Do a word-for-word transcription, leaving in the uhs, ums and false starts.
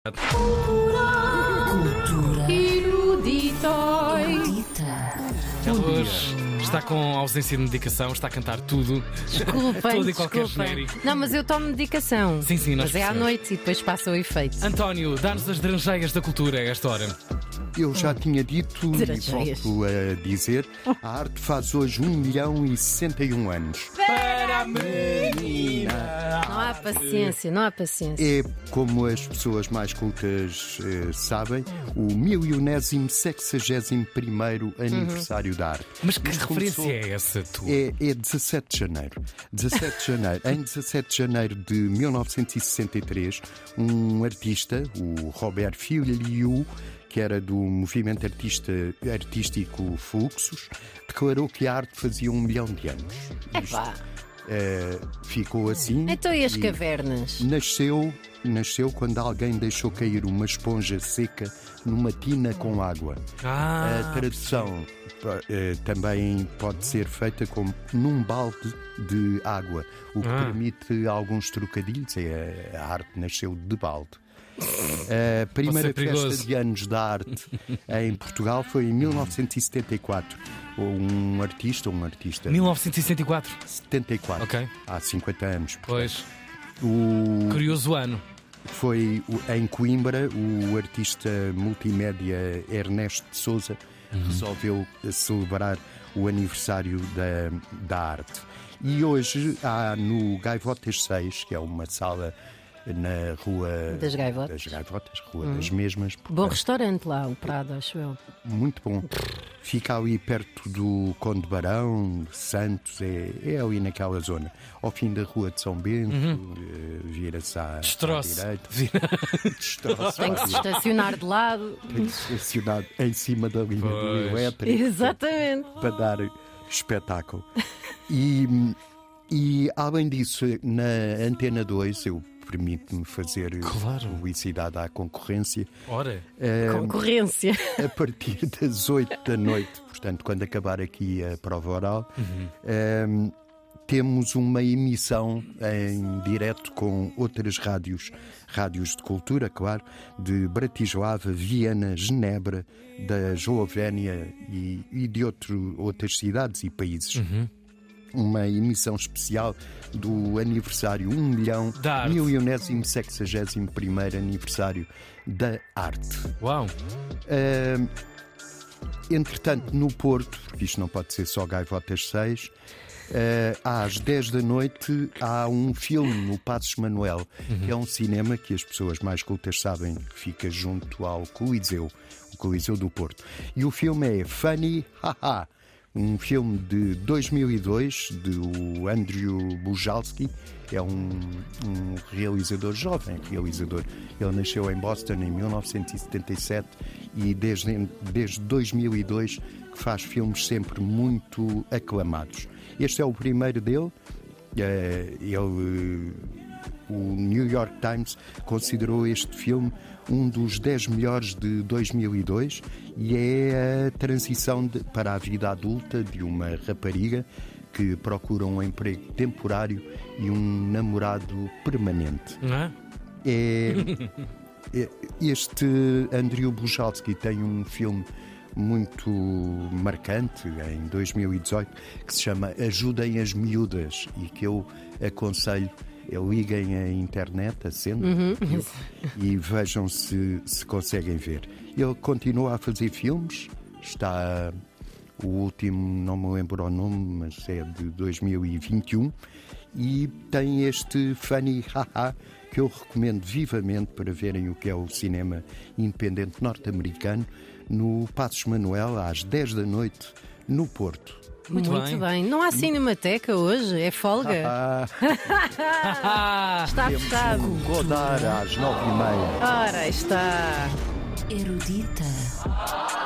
Cultura erudita. Ela hoje está com ausência de medicação, está a cantar tudo. Desculpem, Todo e qualquer desculpem. genérico. Não, mas eu tomo medicação. Sim, sim, nós Mas é à percebemos. noite e depois passa o efeito. António, dá-nos as drangeias da cultura a esta hora. Eu já tinha dito e Tragédias. volto a dizer, a arte faz hoje um milhão e sessenta e um anos. Para a menina. Não há paciência, não há paciência. É, como as pessoas mais cultas eh, sabem, o milionésimo sexagésimo primeiro aniversário da arte. Mas que Isto referência começou- é essa, tu? É, é dezassete de janeiro. dezassete de janeiro. Em dezassete de janeiro de mil novecentos e sessenta e três, um artista, o Robert Filiu, que era do movimento artista, artístico Fluxos, declarou que a arte fazia um milhão de anos. Isto, Epá. eh, ficou assim. Então e as e cavernas? Nasceu, nasceu quando alguém deixou cair uma esponja seca numa tina com água. Ah, A tradução eh, também pode ser feita como num balde de água, o que Ah. permite alguns trocadilhos. É, a arte nasceu de balde. A primeira ser perigoso. festa de anos da arte em Portugal foi em mil novecentos e setenta e quatro. Um artista, um artista mil novecentos e sessenta e quatro. setenta e quatro, Ok. há cinquenta anos. Pois, O, curioso ano. foi o- em Coimbra, o artista multimédia Ernesto de Souza resolveu celebrar o aniversário da, da arte. E hoje há no Gaivotas seis, que é uma sala na Rua Das Gaivotas. das Gaivotas, Rua das Mesmas. Bom portanto, restaurante lá, o Prado, acho eu. muito bom. Fica ali perto do Conde Barão, de Santos, é, é ali naquela zona. Ao fim da Rua de São Bento, eh, vira-se à, à Destroço. direita. Destroço Tem à que se direita. estacionar de lado. Tem que ser estacionado em cima da linha do Pois. elétrico Exatamente. para dar espetáculo. E, e além disso, na Antena dois, eu permito-me fazer Claro. publicidade à concorrência. Ora, Concorrência. A partir das oito da noite, portanto, quando acabar aqui a prova oral, ehm, temos uma emissão em direto com outras rádios, rádios de cultura, claro, de Bratislava, Viena, Genebra, da Eslovénia e, e de outro, outras cidades e países. Uma emissão especial do aniversário um milhão, Da arte. milionésimo sexagésimo primeiro aniversário da arte. uau. Uh, entretanto, no Porto, porque isto não pode ser só Gaivotas seis, uh, às dez da noite há um filme no Passos Manuel, que é um cinema que as pessoas mais cultas sabem que fica junto ao Coliseu, o Coliseu do Porto. E o filme é Funny Haha, um filme de dois mil e dois, do Andrew Bujalski. É um, um realizador jovem, realizador. Ele nasceu em Boston em mil novecentos e setenta e sete e desde, desde dois mil e dois que faz filmes sempre muito aclamados. Este é o primeiro dele. Eh, Ele, o New York Times considerou este filme um dos dez melhores de dois mil e dois e é a transição de- para a vida adulta de uma rapariga que procura um emprego temporário e um namorado permanente. Não é? É, é- este Andrew Bujalski tem um filme muito marcante em dois mil e dezoito que se chama Ajudem as Miúdas e que eu aconselho. é, Liguem a internet, acendam e vejam se, se conseguem ver. Ele continua a fazer filmes, está o último, não me lembro o nome, mas é de dois mil e vinte e um, e tem este Funny Haha que eu recomendo vivamente para verem o que é o cinema independente norte-americano no Passos Manuel às dez da noite no Porto. Muito Muito, bem. bem. Não há cinemateca hoje? É folga? Ah, Ah, Está temos fechado. um Godard às nove e meia. Ora, está. Erudita.